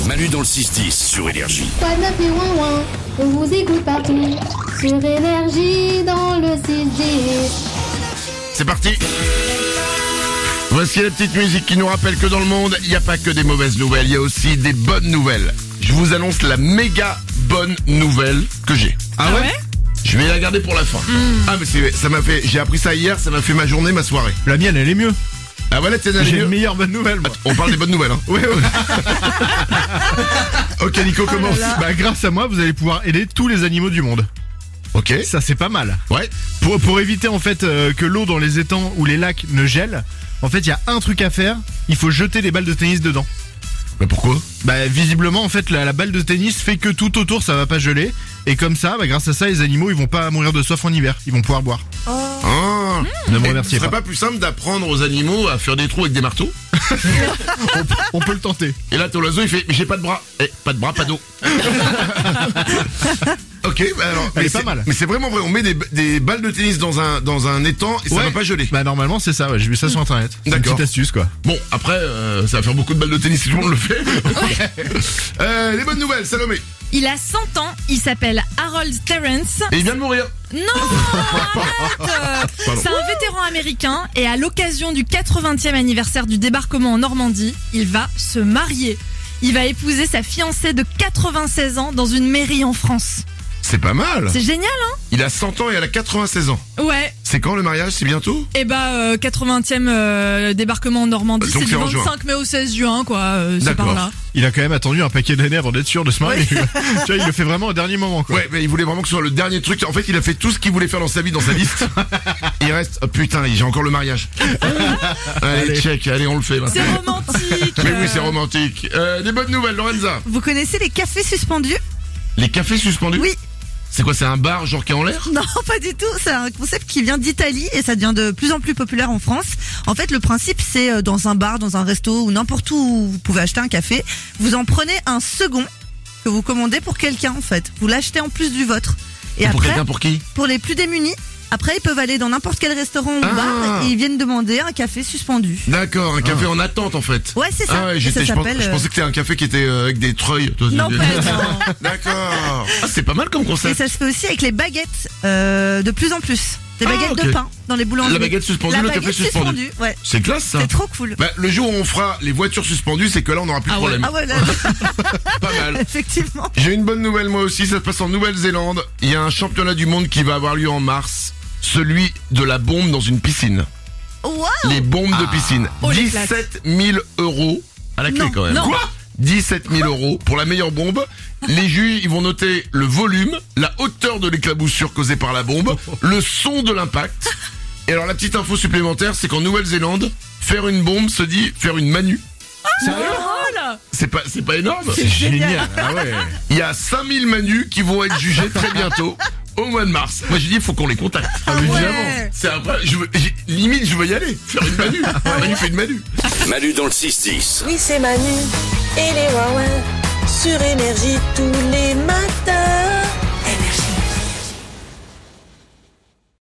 Manu dans le 6-10 sur Énergie. Quoi de neuf et ouin ouin, on vous écoute partout. Sur Énergie dans le 6-10. C'est parti. Voici la petite musique qui nous rappelle que dans le monde, il n'y a pas que des mauvaises nouvelles, il y a aussi des bonnes nouvelles. Je vous annonce la méga bonne nouvelle que j'ai. Ah ouais? Je vais la garder pour la fin. Ah mais j'ai appris ça hier, ça m'a fait ma journée, ma soirée. La mienne, elle est mieux. Ah voilà, tiens, J'ai une meilleure bonne nouvelle, moi. On parle des bonnes nouvelles, hein. Ouais. Ok, Nico, commence. Bah, grâce à moi, vous allez pouvoir aider tous les animaux du monde. Ok. Ça, c'est pas mal. Ouais. Pour éviter, en fait, que l'eau dans les étangs ou les lacs ne gèle, en fait, il y a un truc à faire. Il faut jeter les balles de tennis dedans. Mais pourquoi? Bah, visiblement, en fait, la balle de tennis fait que tout autour, ça va pas geler. Et comme ça, bah, grâce à ça, les animaux, ils vont pas mourir de soif en hiver. Ils vont pouvoir boire. Ah. Ne me Ce remerciez serait pas. pas plus simple d'apprendre aux animaux à faire des trous avec des marteaux? On peut le tenter. Et là, ton oiseau, il fait, mais j'ai pas de bras. Pas de bras, pas d'eau. Ok, bah alors, Elle est pas mal. Mais c'est vraiment vrai, on met des balles de tennis dans un étang et ça va pas geler. Bah, normalement, c'est ça, ouais. J'ai vu ça sur internet. C'est une D'accord. petite astuce, quoi. Bon, après, ça va faire beaucoup de balles de tennis si tout le monde le fait. Les bonnes nouvelles, Salomé. Il a 100 ans, il s'appelle Harold Terrence. Et il vient de mourir. Non, arrête. Pardon. C'est un vétéran américain et à l'occasion du 80e anniversaire du débarquement en Normandie, il va se marier. Il va épouser sa fiancée de 96 ans dans une mairie en France. C'est pas mal. C'est génial, Il a 100 ans et elle a 96 ans. hein? Ouais. C'est quand le mariage? C'est bientôt? Et bah 80e débarquement en Normandie, Donc c'est c'est du en juin. 25 mai au 16 juin quoi, c'est D'accord. par là. Il a quand même attendu un paquet d'années avant d'être sûr de se marier. Tu vois, il le fait vraiment au dernier moment, quoi. Ouais, mais il voulait vraiment que ce soit le dernier truc. En fait, il a fait tout ce qu'il voulait faire dans sa vie, dans sa liste. Il reste, oh putain, j'ai encore le mariage. Allez, check, allez, on le fait. C'est maintenant. romantique. Mais oui, c'est romantique. Des bonnes nouvelles, Lorenza. Vous connaissez les cafés suspendus? Les cafés suspendus? Oui. C'est quoi, c'est un bar genre qui est en l'air? Non, pas du tout. C'est un concept qui vient d'Italie et ça devient de plus en plus populaire en France. En fait, le principe, c'est dans un bar, dans un resto ou n'importe où vous pouvez acheter un café. Vous en prenez un second que vous commandez pour quelqu'un, en fait. Vous l'achetez en plus du vôtre. Et Pour après, quelqu'un, pour qui? pour les plus démunis, après, ils peuvent aller dans n'importe quel restaurant ou Ah. bar et ils viennent demander un café suspendu. D'accord, un café en attente en fait. Ouais, c'est ça. Ah ouais, Et ça je s'appelle, pensais que c'était un café qui était avec des treuils. Non, pas non. D'accord. Ah, c'est pas mal comme Et concept. ça se fait aussi avec les baguettes, de plus en plus. Des baguettes ok. de pain dans les boulangeries. La baguette suspendue, La le café baguette suspendu. Ouais. C'est classe ça. C'est trop cool. Bah, le jour où on fera les voitures suspendues, c'est que là on n'aura plus de problème. Ah ouais, là, Pas mal. effectivement. J'ai une bonne nouvelle moi aussi, ça se passe en Nouvelle-Zélande. Il y a un championnat du monde qui va avoir lieu en mars. Celui de la bombe dans une piscine. Wow. Les bombes de piscine. Oh, les 17 000 € à la clé Non, quand même. non. Quoi 17 000 € pour la meilleure bombe. Les juges, ils vont noter le volume, la hauteur de l'éclaboussure causée par la bombe, le son de l'impact. Et alors la petite info supplémentaire, c'est qu'en Nouvelle-Zélande, faire une bombe se dit faire une manu. Sérieux? C'est pas énorme? C'est génial. Ah ouais. Il y a 5000 manus qui vont être jugés très bientôt. Au mois de mars. Moi j'ai dit il faut qu'on les contacte. ouais. C'est après, limite je veux y aller. Faire une manu. Manu fait une manu. Manu dans le 6-10. Oui, c'est Manu et les Wawa sur Énergie tous les matins.